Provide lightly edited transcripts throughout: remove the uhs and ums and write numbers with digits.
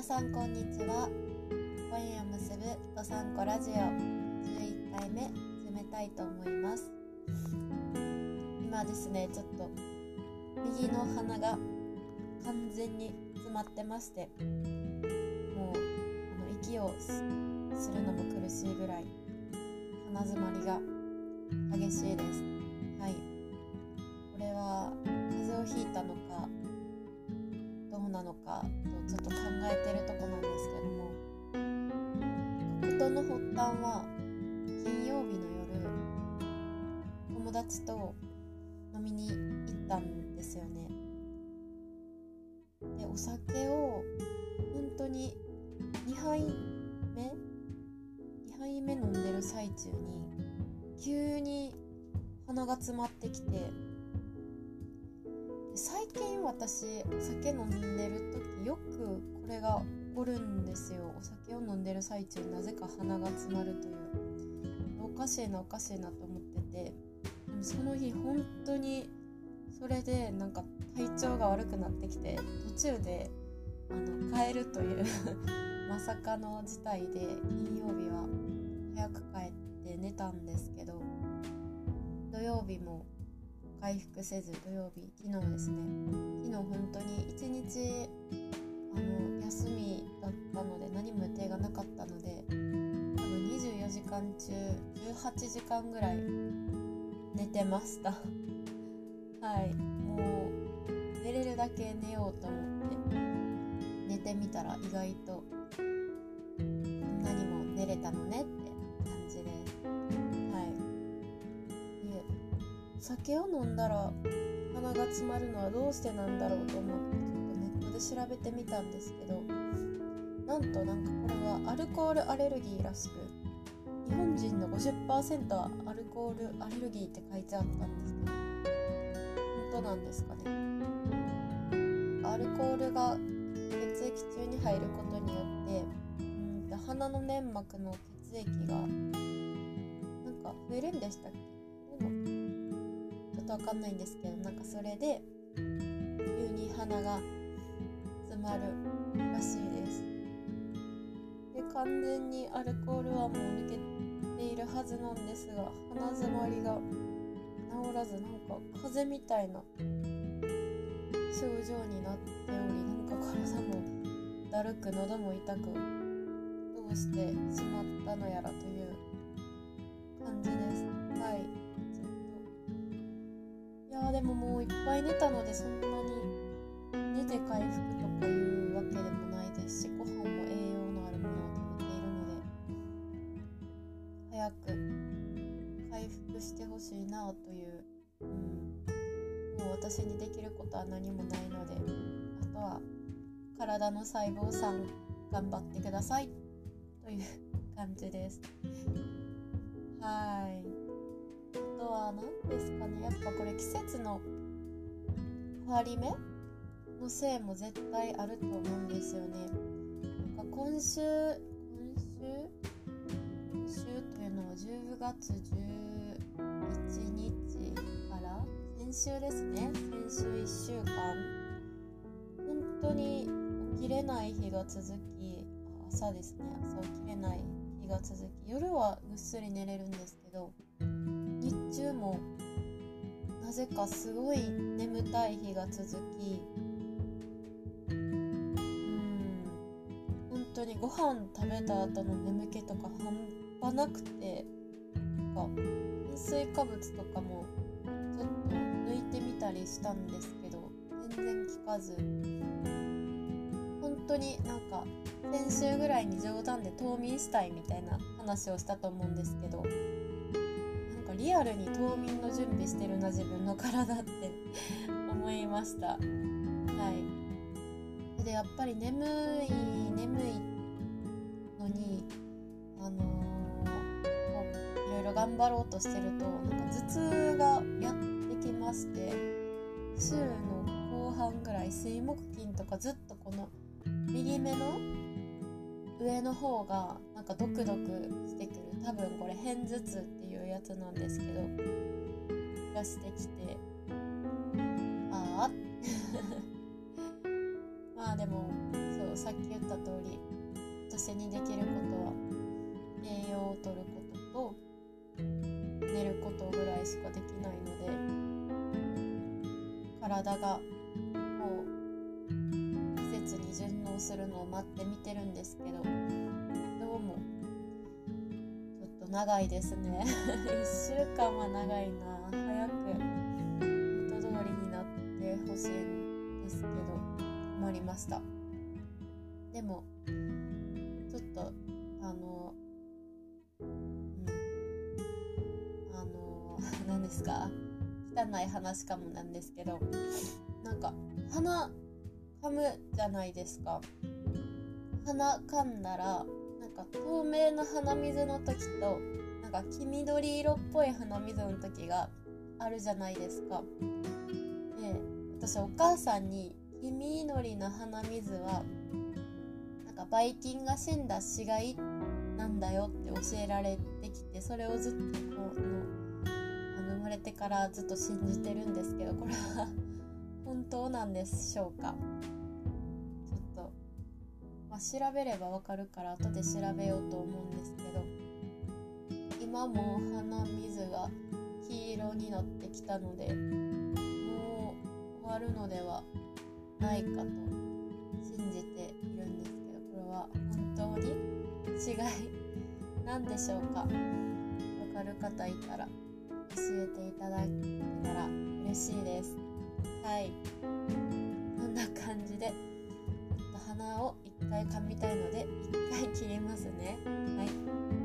さんこんにちは。恋を結ぶどさんこラジオ11回目始めたいと思います。今ですね、ちょっと右の鼻が完全に詰まってまして、もう息をするのも苦しいぐらい鼻詰まりが激しいです。はい、これは風邪をひいたのかどうなのかとちょっと考えてるとこなんですけども、事の発端は金曜日の夜、友達と飲みに行ったんですよね。で、お酒を本当に2杯目飲んでる最中に急に鼻が詰まってきて、最近私お酒飲んでる時よくこれが起こるんですよ。お酒を飲んでる最中になぜか鼻が詰まるという、おかしいなと思ってて、でもその日本当にそれでなんか体調が悪くなってきて、途中で帰るというまさかの事態で金曜日は早く帰って寝たんですけど、土曜日も回復せず、昨日ですね、昨日本当に一日休みだったので何も予定がなかったので、24時間中18時間ぐらい寝てましたはい、もう寝れるだけ寝ようと思って寝てみたら意外とこんなにも寝れたのねって感じです。はい。で、お酒を飲んだら鼻が詰まるのはどうしてなんだろうと思ってちょっとネットで調べてみたんですけど、なんかこれはアルコールアレルギーらしく、日本人の 50% はアルコールアレルギーって書いてあったんですけど、本当なんですかね。アルコールが血液中に入ることによって鼻の粘膜の血液がなんか増えるんでしたっけ、ちょっとわかんないんですけど、なんかそれで急に鼻が詰まるらしいです。で、完全にアルコールはもう抜けているはずなんですが、鼻詰まりが治らず、なんか風邪みたいな症状になっており、なんか体もだるく喉も痛く、どうしてしまったのやらという感じです。はい、ちょっと、いやでももういっぱい寝たので、そんなに寝て回復とかいうわけでもないですし、ご飯も栄養のあるものを食べているので、早く回復してほしいなという、もう私にできることは何もないので、あとは体の細胞さん頑張ってくださいという感じです。はい。あとは何ですかね、やっぱこれ季節の変わり目のせいも絶対あると思うんですよね。なんか今週というのは10月11日から先週ですね、先週1週間本当に起きれない日が続き、朝起きれない日が続き、夜はぐっすり寝れるんですけど、日中もなぜかすごい眠たい日が続き、本当にご飯食べた後の眠気とか半端なくて、なんか炭水化物とかもちょっと抜いてみたりしたんですけど全然効かず、本当になんか先週ぐらいに冗談で冬眠したいみたいな話をしたと思うんですけど、なんかリアルに冬眠の準備してるな自分の体って思いました。はい。で、やっぱり眠いのにいろいろ頑張ろうとしてると、なんか頭痛がやってきまして、週の後半ぐらい水木金とかずっとこの右目の上の方がなんかドクドクしてくる、多分これ片頭痛っていうやつなんですけどがしてきて、まあでもそうさっき言った通り私にできることは栄養を取ることと寝ることぐらいしかできないので、体がこう季節に順応するのを待って見てるんですけど、どうもちょっと長いですね1週間は長いな。早く元通りになってほしいんですけど困りました。でもちょっと何ですか、汚い話かもなんですけど、なんか鼻噛むじゃないですか。鼻噛んだらなんか透明な鼻水の時となんか黄緑色っぽい鼻水の時があるじゃないですか。で、私お母さんに黄緑の鼻水はなんかばい菌が死んだ死骸なんだよって教えられてきて、それをずっと生まれてからずっと信じてるんですけど、これは本当なんでしょうか。ちょっと、調べればわかるから後で調べようと思うんですけど、今も鼻水が黄色になってきたので、もう終わるのではないかと信じているんですけど、これは本当に違いなんでしょうか。わかる方いたら教えていただけたら嬉しいです。はい、こんな感じで鼻を一回噛みたいので一回切りますね。はい、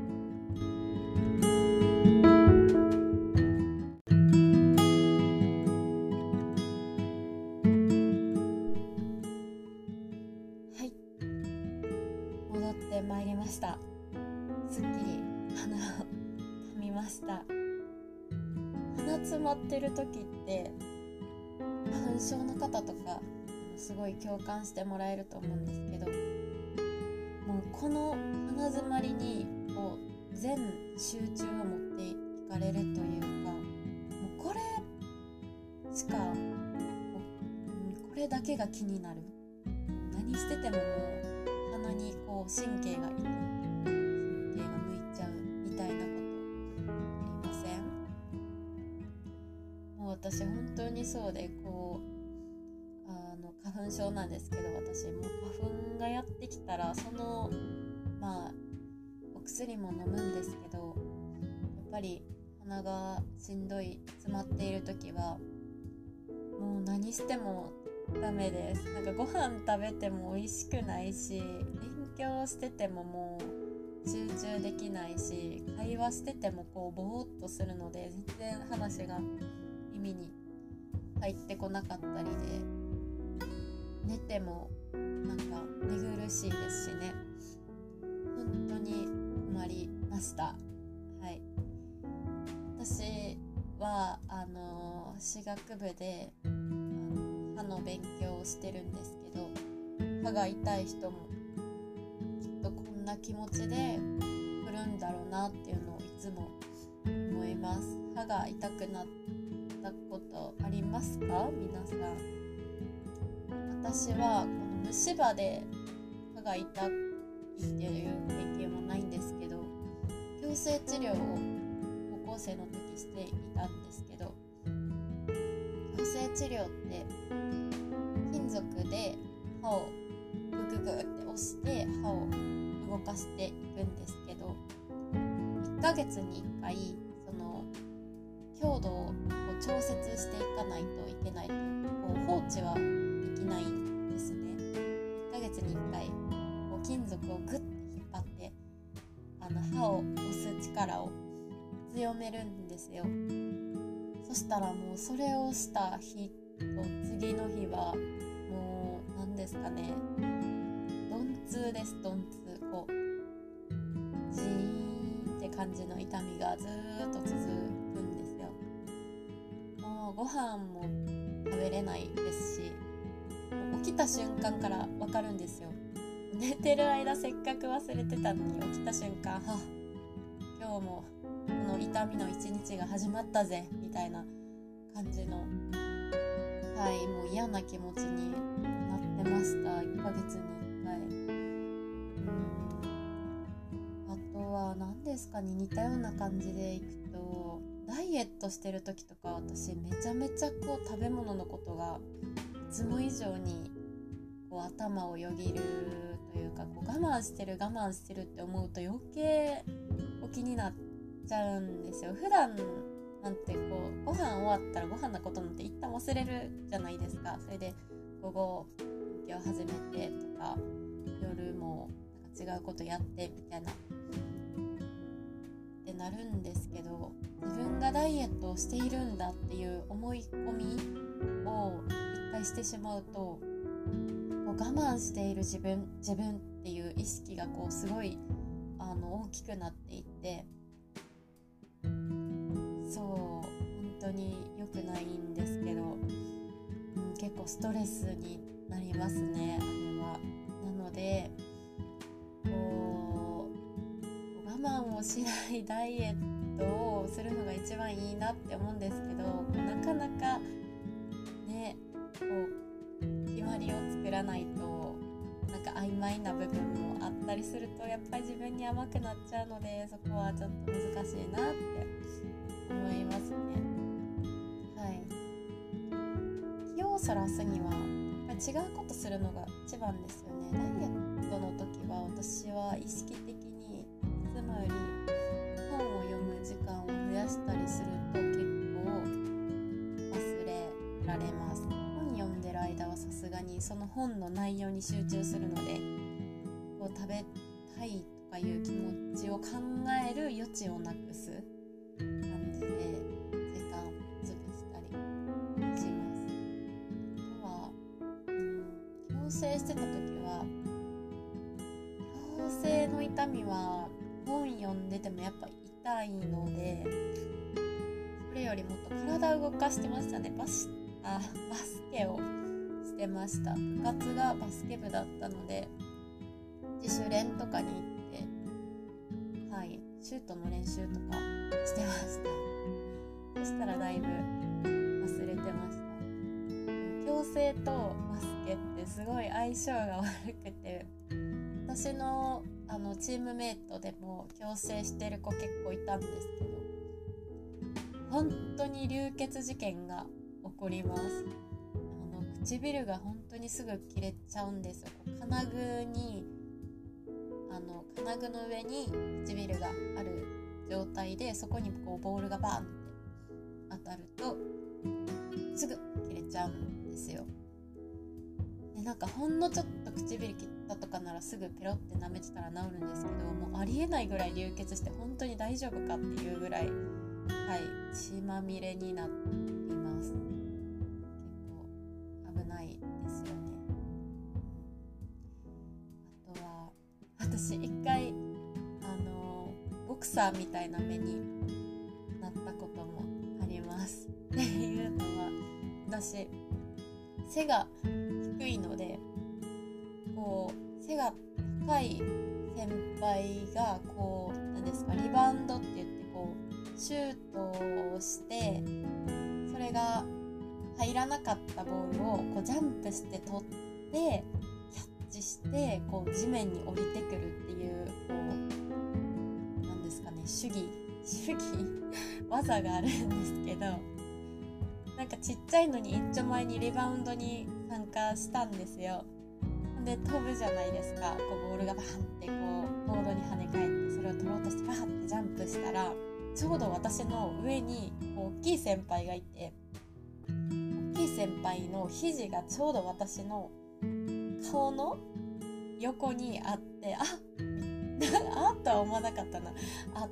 戻ってまいりました。すっきり鼻を噛みました。鼻詰まってる時って花粉症の方とかすごい共感してもらえると思うんですけど、もうこの鼻詰まりにこう全集中を持っていかれるというか、もうこれしかこれだけが気になる。何しててももう鼻にこう神経がいく、神経が向いちゃうみたいなことありません？もう私本当にそうで、こう花粉症なんですけど、私もう花粉がやってきたらそのお薬も飲むんですけど、やっぱり鼻がしんどい、詰まっている時はもう何してもダメです。なんかご飯食べても美味しくないし、勉強しててももう集中できないし、会話しててもこうボーっとするので全然話が耳に入ってこなかったりで、寝てもなんか寝苦しいですしね、本当に困りました。はい、私は歯学部で歯の勉強をしてるんですけど、歯が痛い人もきっとこんな気持ちで来るんだろうなっていうのをいつも思います。歯が痛くなったことありますか、皆さん？私はこの虫歯で歯が痛いっていう経験はないんですけど、矯正治療を高校生の時していたんですけど、矯正治療って金属で歯をグググって押して歯を動かしていくんですけど、1ヶ月に1回その強度を調節していかないといけないという、放置はできないんですね。1ヶ月に1回金属をグッて引っ張って歯を押す力を強めるんですよ。そしたらもうそれをした日と次の日はもう何ですかね、鈍痛です。鈍痛、こうジーンって感じの痛みがずーっと続くんですよ。もうご飯も食べれないですし、起きた瞬間から分かるんですよ。寝てる間せっかく忘れてたのに起きた瞬間、今日もこの痛みの一日が始まったぜみたいな感じの、もう嫌な気持ちになってました。1ヶ月に1 あとは何ですかね、似たような感じでいくと、ダイエットしてる時とか私めちゃめちゃこう食べ物のことがいつも以上にこう頭をよぎるというか、こう我慢してるって思うと余計こう気になっちゃうんですよ。普段なんてこうご飯終わったらご飯のことなんて一旦忘れるじゃないですか。それで午後勉強始めてとか、夜もなんか違うことやってみたいなってなるんですけど、自分がダイエットをしているんだっていう思い込みを一回してしまうと、こう我慢している自分っていう意識がこうすごい大きくなっていって、そう本当に良くないんですけど、結構ストレスになりますね、あれは。なのでこう我慢をしないダイエットをするのが一番いいなって思うんですけど、こうなかなかね、こう決まりを作らないとなんか曖昧な部分もあったりすると、やっぱり自分に甘くなっちゃうので、そこはちょっと難しいなって思いますね。はい。気をそらすにはやっぱり違うことするのが一番ですよね。ダイエットの時は私は意識的にいつもより本を読む時間を増やしたりすると結構忘れられます。本読んでる間はさすがにその本の内容に集中するので、こう食べたいとかいう気持ちを考える余地をなくす感じで時間を潰したりします。あとは、矯正してた時は、矯正の痛みは本読んでてもやっぱ痛いので、それよりもっと体を動かしてましたね。バスケをしてました。部活がバスケ部だったので、自主練とかに行って、はい、シュートの練習とかしてました。そしたらだいぶ忘れてました。矯正とバスケってすごい相性が悪くて、私のチームメイトでも矯正してる子結構いたんですけど、本当に流血事件が起こります。唇が本当にすぐ切れちゃうんですよ。金具の上に唇がある状態で、そこにこうボールがバーンって当たるとすぐ切れちゃうんですよ。でなんかほんのちょっと唇切ったとかならすぐペロって舐めてたら治るんですけど、もうありえないぐらい流血して本当に大丈夫かっていうぐらい、はい、血まみれになります。結構危ないですよね。あとは私一回ボクサーみたいな目になったこともあります。っていうのは、私背が低いので、こう背が高い先輩がこう何ですか、リバウンドって言ってこうシュートをして、それが入らなかったボールをこうジャンプして取ってキャッチしてこう地面に降りてくるっていう、こうなんですかね、手技技があるんですけど、なんかちっちゃいのに一丁前にリバウンドに参加したんですよ。で飛ぶじゃないですか。こうボールがバーンってこうボードに跳ね返って、それを取ろうとしてバーンってジャンプしたら、ちょうど私の上に大きい先輩がいて、大きい先輩の肘がちょうど私の顔の横にあって、あとは思わなかったな、あって、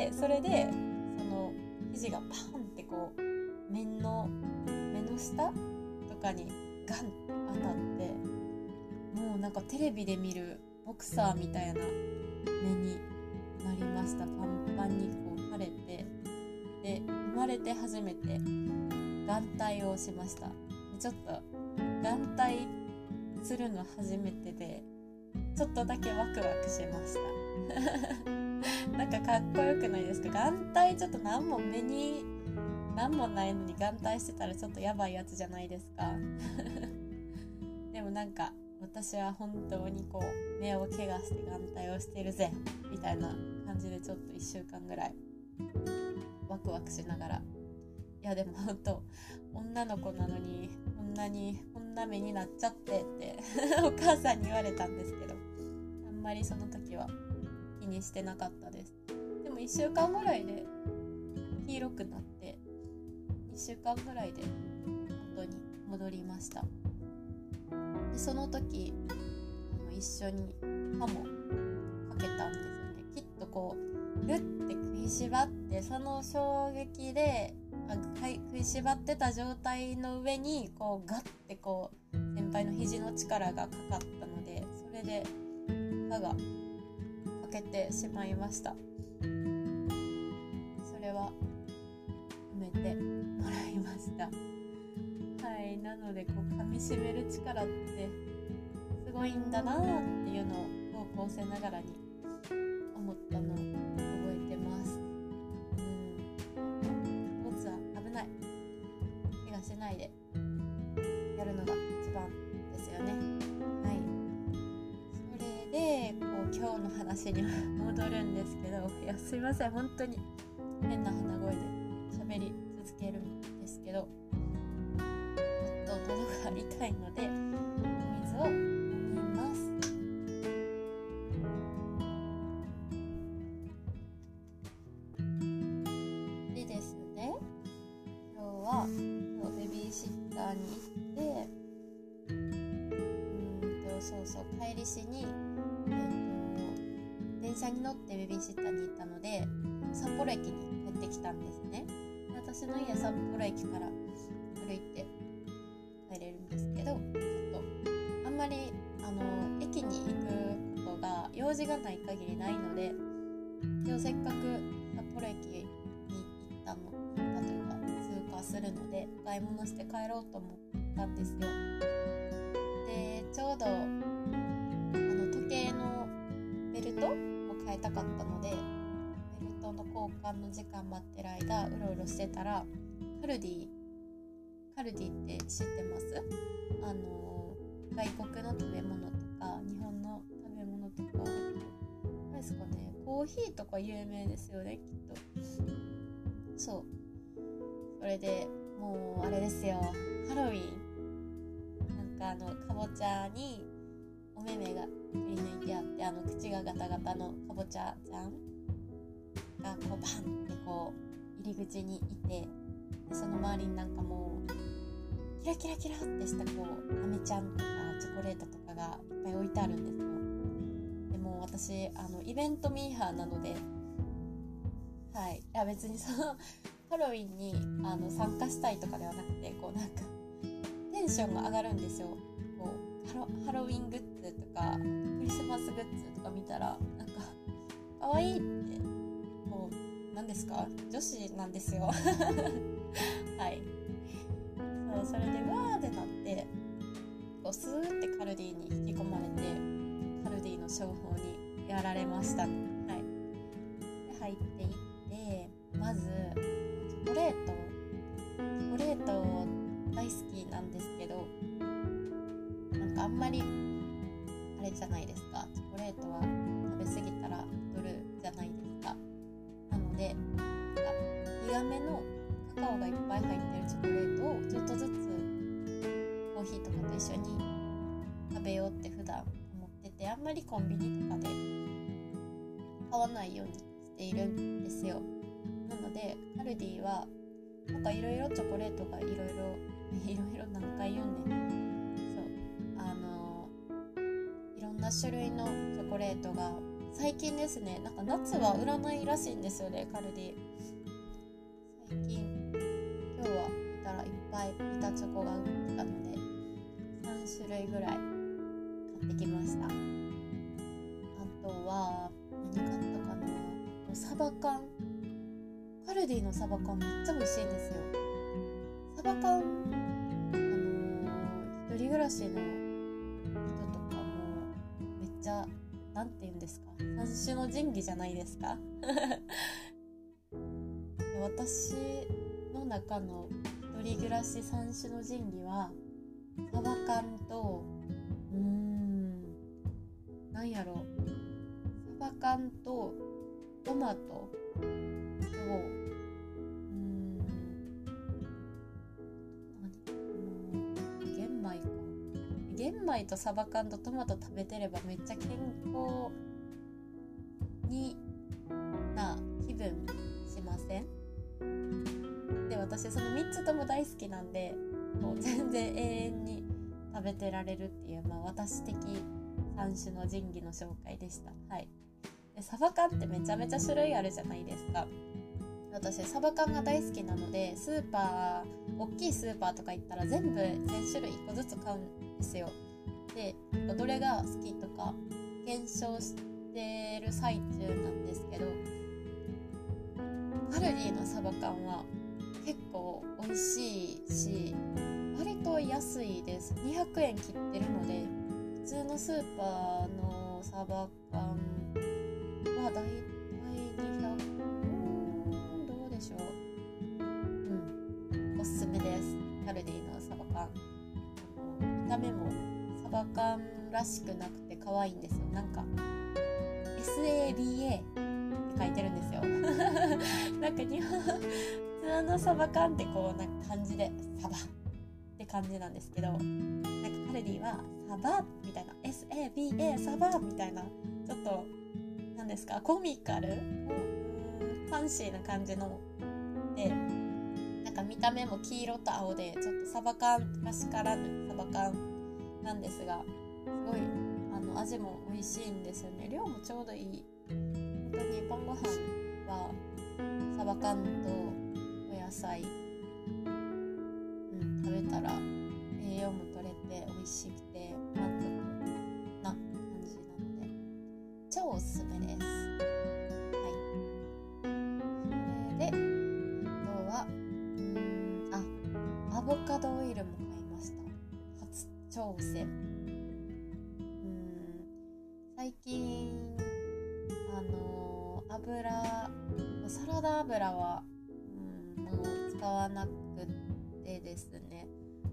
それでその肘がパンってこう目の下とかにガンって当たって、もうなんかテレビで見るボクサーみたいな目になりました。パンパンにこう腫れて、で生まれて初めて眼帯をしました。ちょっと眼帯するの初めてで、ちょっとだけワクワクしましたなんかかっこよくないですか？眼帯ちょっと目に何もないのに眼帯してたらちょっとやばいやつじゃないですかでもなんか私は本当にこう目を怪我して眼帯をしてるぜみたいな感じでちょっと1週間ぐらいワクワクしながら、いやでも本当女の子なのにこんな目になっちゃってってお母さんに言われたんですけど、あんまりその時は気にしてなかったです。でも1週間ぐらいで黄色くなって1週間ぐらいで元に戻りました。でその時一緒に歯もかけたんですよね。きっとこうグッて食いしばって、その衝撃で食いしばってた状態の上にこうガッてこう先輩の肘の力がかかったので、それで歯が欠けてしまいました。それは埋めてもらいました。はい、なのでこう噛み締める力ってすごいんだなっていうのを高校生ながらに思ったのを覚えてます。スポーツは危ない。怪我しないでやるのが一番ですよね。はい。それでこう今日の話に戻るんですけど、いやすいません、本当に変な鼻声で喋り続けるんですけど、ちょっと喉が痛いのでお水を飲みます。でですね、今日はベビーシッターに行って、そう帰りしに、電車に乗ってベビーシッターに行ったので札幌駅に帰ってきたんですね。で私の家札幌駅から歩いて帰れるんですけど、ちょっとあんまり駅に行くことが用事がない限りないので、今日せっかく札幌駅に行ったというか通過するのでお買い物して帰ろうと思ったんですよ。でちょうど時計のベルトを変えたかったので、ベルトの交換の時間待ってる間うろうろしてたら、カルディって知ってます？外国の食べ物とか日本の食べ物とか、何ですかね、コーヒーとか有名ですよね、きっと。そう、それでもうあれですよ、ハロウィン、なんかかぼちゃにお目目がくり抜いてあって、口がガタガタのかぼちゃちゃんがこうバンってこう入り口にいて、でその周りになんかもうキラキラキラってしたこうアメちゃんとかチョコレートとかがいっぱい置いてあるんですよ。でも私イベントミーハーなので、はい、いや別にそのハロウィンに参加したいとかではなくて、こうなんかテンションが上がるんですよ。こうハロウィングッズとかクリスマスグッズとか見たらなんか可愛いってこうなんですか、女子なんですよはい、そう、それでわーってなってこうスーってカルディに引き込まれて、カルディの商法にやられましたね。はい、で入っていって、まずチョコレート大好きなんですけど、なんかあんまりあれじゃないですか、チョコレートは食べ過ぎたら太るじゃないですか。なので苦めのカカオがいっぱい入ってるチョコレートをちょっとずつコーヒーとかと一緒に食べようって普段思ってて、あんまりコンビニとかで買わないようにしているんですよ。なのでカルディはなんかいろいろチョコレートがいろいろ何回言うんねん、そういろんな種類のチョコレートが最近ですね、なんか夏は売らないらしいんですよね、カルディ。最近今日は見たらいっぱい板チョコが売ってたので3種類ぐらい買ってきました。あとは何買ったかな、サバ缶、カルディのサバ缶めっちゃ美味しいんですよ。サバ缶一人暮らしの人とかもめっちゃなんて言うんですか、三種の神器じゃないですか私の中の一人暮らし三種の神器はサバ缶となんやろ、サバ缶とトマトと玄米とサバ缶とトマト食べてればめっちゃ健康な気分しません？で、私その3つとも大好きなんで、もう全然永遠に食べてられるっていう、私的3種の神器の紹介でした。はい。で、サバ缶ってめちゃめちゃ種類あるじゃないですか。私サバ缶が大好きなので、スーパー、大きいスーパーとか行ったら全部全種類1個ずつ買うんですよ。で、どれが好きとか検証してる最中なんですけど、カルディのサバ缶は結構美味しいし、割と安いです。200円切ってるので、普通のスーパーのサバ缶はだいたい200円、どうでしょう。おすすめです。カルディのサバ缶。見た目もサバ缶らしくなくて可愛いんですよ。なんか SABA って書いてるんですよ。なんか日本普通のサバ缶ってこうなんか漢字でサバって感じなんですけど、なんかカルディはサバみたいな SABA サバみたいな、ちょっとなんですか、コミカル、ファンシーな感じので、なんか見た目も黄色と青でちょっとサバ缶らしからぬサバ缶なんですが、すごい味も美味しいんですよね。量もちょうどいい。本当に晩ご飯はサバ缶とお野菜、食べたら栄養も取れて美味しくて満足な感じなので超おすすめです。はい。それで今日はアボカドオイルも買いました。初挑戦。最近サラダ油はもう使わなくてですね、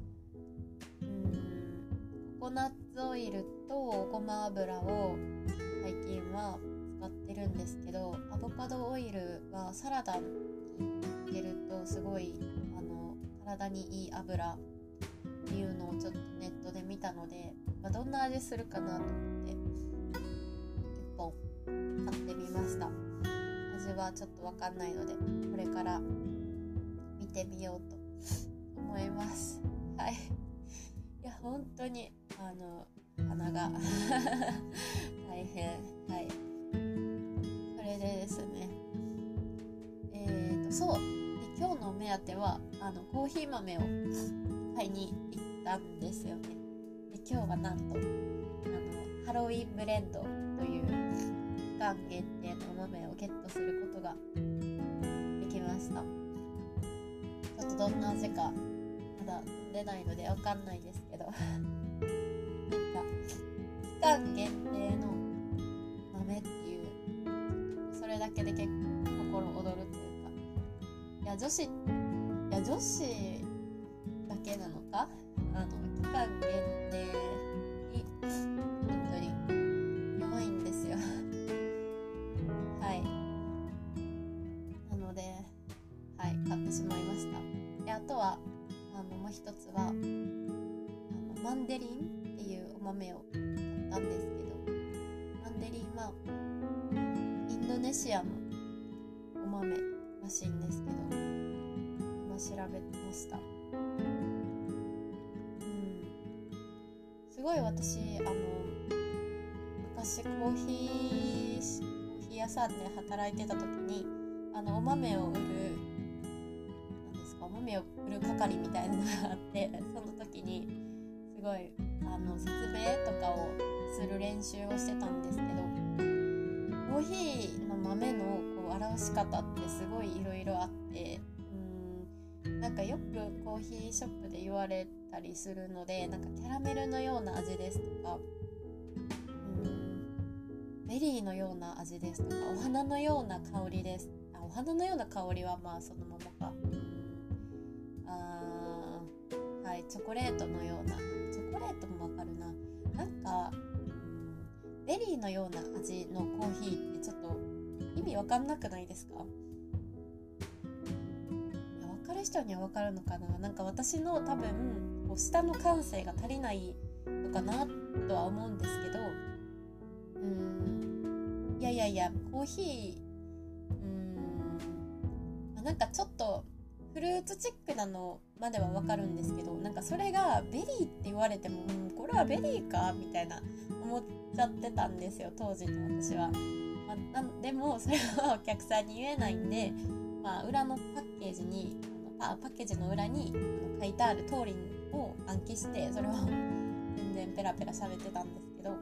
ココナッツオイルとごま油を最近は使ってるんですけど、アボカドオイルはサラダに入れるとすごい体にいい油っていうのをちょっとネットで見たので、どんな味するかなと思って1本買ってみました。味はちょっとわかんないのでこれから見てみようと思います。はい。いや本当に鼻が大変。はい。それでですね、そうで今日のお目当てはコーヒー豆を買いに行ったんですよね。で今日はなんとハロウィンブレンドという期間限定のお豆をゲットすることができました。ちょっとどんな味かまだ飲んでないのでわかんないですけどなんか期間限定の豆っていうそれだけで結構心躍るというか、いや女子だけなのか、期間限定に本当に弱いんですよはい。なのではい買ってしまいました。であとはもう一つはマンデリンっていうお豆を買ったんですけど、マンデリンはインドネシアのお豆らしいんですけど、今調べてました。すごい私昔コーヒー屋さんで働いてた時にお豆を売るお豆を売る係みたいなのがあって、その時にすごい説明とかをする練習をしてたんですけど、コーヒーの豆のこう表し方ってすごいいろいろあって、なんかよくコーヒーショップで言われたりするので、なんかキャラメルのような味ですとか、ベリーのような味ですとか、お花のような香りです。お花のような香りはまあそのままか。はい、チョコレートのような、チョコレートもわかるな。 なんかベリーのような味のコーヒーってちょっと意味わかんなくないですか？いや、わかる人にはわかるのかな。なんか私の多分こう舌の感性が足りないのかなとは思うんですけど、いやコーヒーなんかちょっとフルーツチックなのまではわかるんですけど、なんかそれがベリーって言われても、これはベリーかみたいな思っちゃってたんですよ、当時の私は。でもそれはお客さんに言えないんで、裏のパッケージにパッケージの裏に書いてある通りを暗記して、それを全然ペラペラ喋ってたんですけど、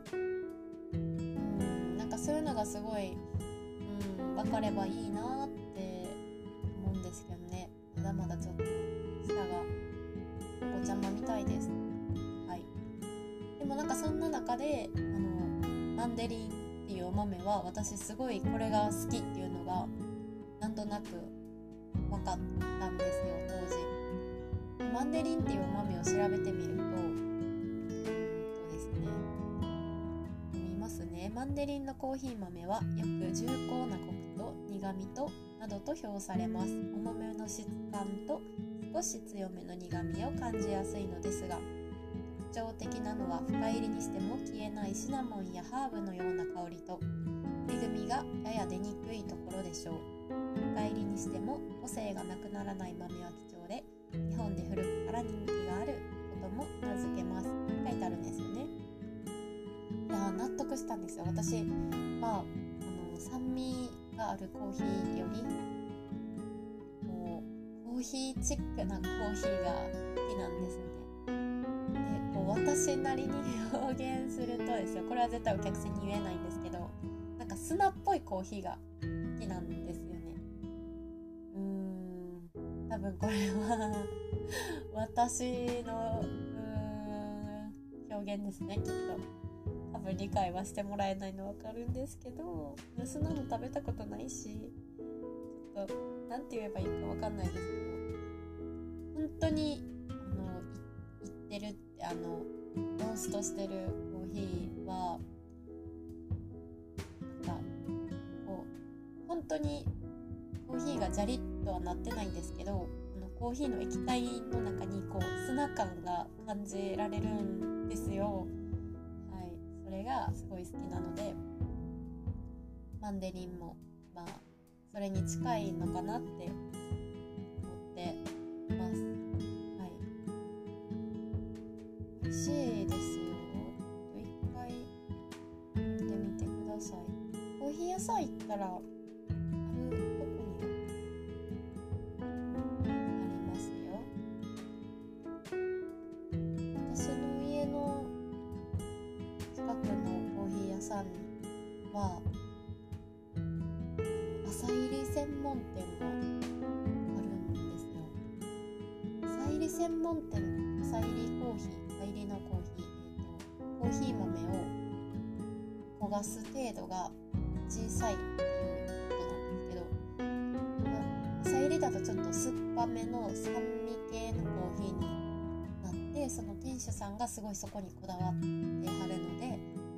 なんかそういうのがすごい分かればいいなって思うんですけどね。まだまだちょっと舌がお子ちゃまみたいです。はい。でもなんかそんな中でマンデリンっていうお豆は私すごいこれが好きっていうのがなんとなく分かったんですよ、当時。マンデリンっていうお豆を調べてみるとですね、見ますね。マンデリンのコーヒー豆はよく重厚なコクと苦味となどと評されます。お豆の質感と少し強めの苦味を感じやすいのですが、特徴的なのは深入りにしても消えないシナモンやハーブのような香りと恵みがやや出にくいところでしょう。深入りにしても個性がなくならない豆は貴重で、日本で古くから人気があることも名付けます。書いてあるんですよね。いや、納得したんですよ。私は酸味があるコーヒーよりコーヒーチックなコーヒーが好きなんですよね。で私なりに表現するとですよ、これは絶対お客さんに言えないんですけど、なんか砂っぽいコーヒーが好きなんですよね。多分これは私の表現ですね、きっと。多分理解はしてもらえないの分かるんですけど、砂も食べたことないし、ちょっとなんて言えばいいか分かんないですけど、本当に言ってるってローストしてるコーヒーはなんかこう本当にコーヒーがジャリッとはなってないんですけど、コーヒーの液体の中にこう砂感が感じられるんですよ。はい、それがすごい好きなので、マンデリンもそれに近いのかなって思ってます。はい、美味しいですよ。一回飲んでみてください。コーヒー屋さん行ったらは朝入り専門店があるんですよ。朝入り専門店、朝入りコーヒー、朝入りのコーヒー、コーヒー豆を焦がす程度が小さいっていうことなんですけど、朝入りだとちょっと酸っぱめの酸味系のコーヒーになって、その店主さんがすごいそこにこだわってはるので、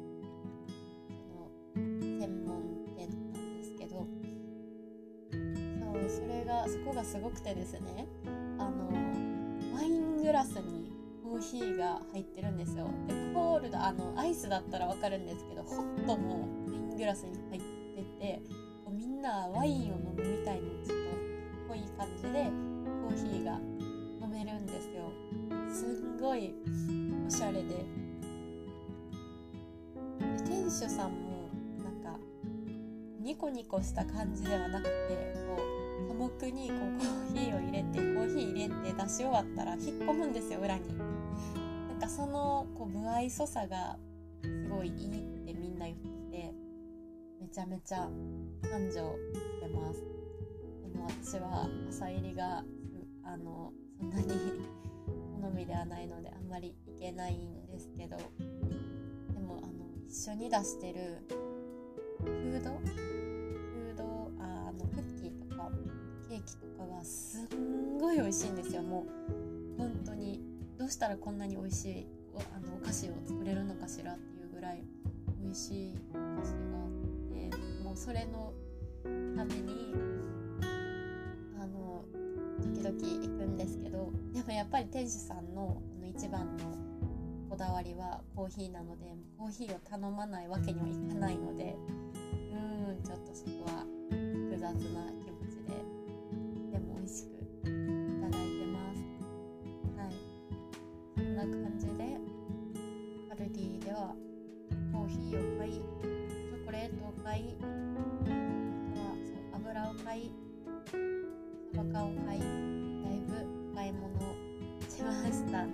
そこがすごくてですね、ワイングラスにコーヒーが入ってるんですよ。でコールドアイスだったらわかるんですけど、ホットもワイングラスに入ってて、こうみんなワインを飲むみたいにちょっとかっこいい感じでコーヒーが飲めるんですよ。すんごいおしゃれで、店主さんもなんかニコニコした感じではなくて、こう寡黙にこうコーヒーを入れて出し終わったら引っ込むんですよ、裏に。なんかそのこう不愛想さがすごいいいってみんな言ってて、めちゃめちゃ感情してます。でも私は朝入りがそんなに好みではないのであんまりいけないんですけど、でも一緒に出してるフードクッキーとかケーキとかがすんごい美味しいんですよ。もう本当にどうしたらこんなに美味しいお菓子を作れるのかしらっていうぐらい美味しいお菓子があって、もうそれのために時々行くんですけど、でもやっぱり店主さんの一番のこだわりはコーヒーなので、コーヒーを頼まないわけにはいかないので、ちょっとそこは複雑な気持ちで、でも美味しくいただいてます。はい、そんな感じでカルディではコーヒーを買い、チョコレートを買い、あとは油を買い、サバ缶を買い、だいぶお買い物をしました。はい、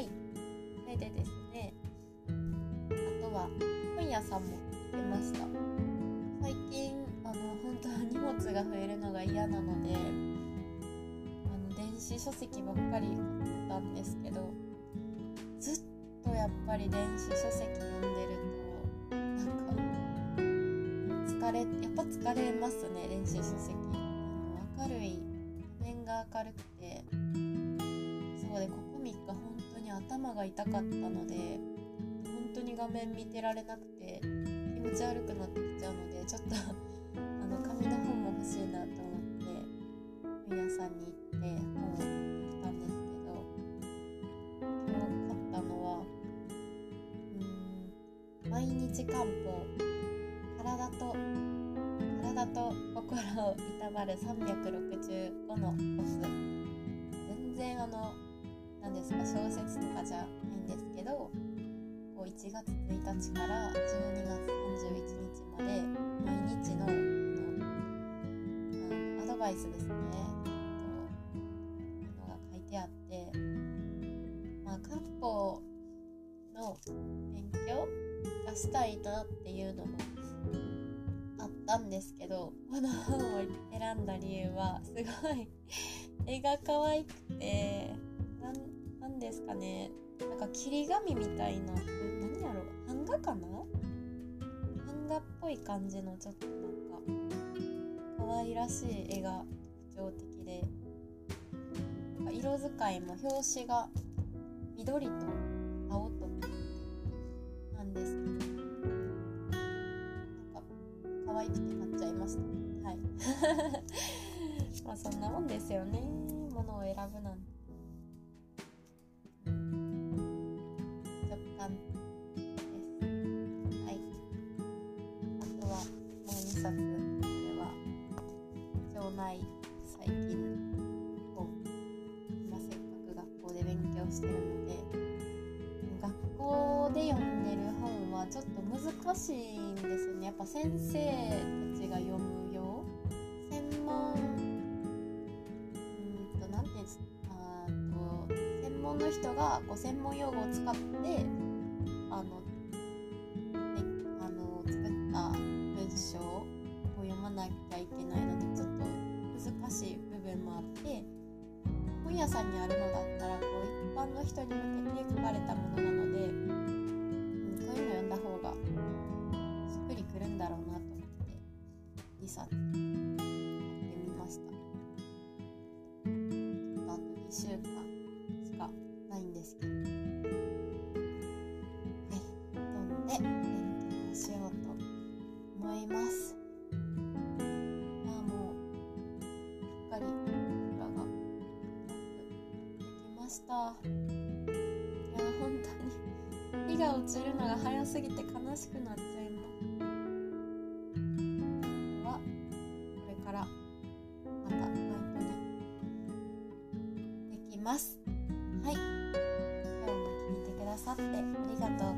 それでですね、あとは本屋さんも行きました。最近本当は荷物が増えるのが嫌なので、電子書籍ばっかり買ったんですけど、ずっとやっぱり電子書籍読んでるとなんかやっぱ疲れますね。電子書籍明るい、画面が明るくて、そうでここ3日本当に頭が痛かったので、本当に画面見てられなくて気持ち悪くなってきちゃうので、ちょっと紙の本も欲しいなと思って本屋さんに行って本を買ってきたんですけど、今日買ったのは毎日漢方、体と心をいたわる365のコツ。全然何ですか、小説とかじゃないんですけど、1月1日から12月31日まで毎日のアドバイスですね、のが書いてあって、漢方の勉強がしたいなっていうのもあったんですけど、この本を選んだ理由はすごい絵が可愛くて、なんですかね、なんか切り紙みたいな、何やろ、版画かな、版画っぽい感じのちょっとなんか可愛らしい絵が特徴的で、なんか色使いも表紙が緑と青となんですけど、なんか可愛くて買っちゃいました。はい。そんなもんですよね、ものを選ぶなんて。直感です。はい。あとはもう2冊、これは腸内細菌本。今せっかく学校で勉強してるので、学校で読んでる本はちょっと難しいんですね。やっぱ先生たちが読むよう、専門なんていうんですか、専門の人が専門用語を使って作った文章を読まなきゃいけないので、ちょっと難しい部分もあって、本屋さんにあるのだったら一般の人に向けて書かれたものなので、こういうの読んだ方がしっくりくるんだろうなと思って2冊買ってみました。あと2週間しかないんですけど、はい、読んで勉強しようと思います。もうしっかり空ができました。いや本当に日が落ちるのが早すぎて悲しくなっちゃいます。はこれからまたバイトにできます。はい、今日も聞いてくださってありがとう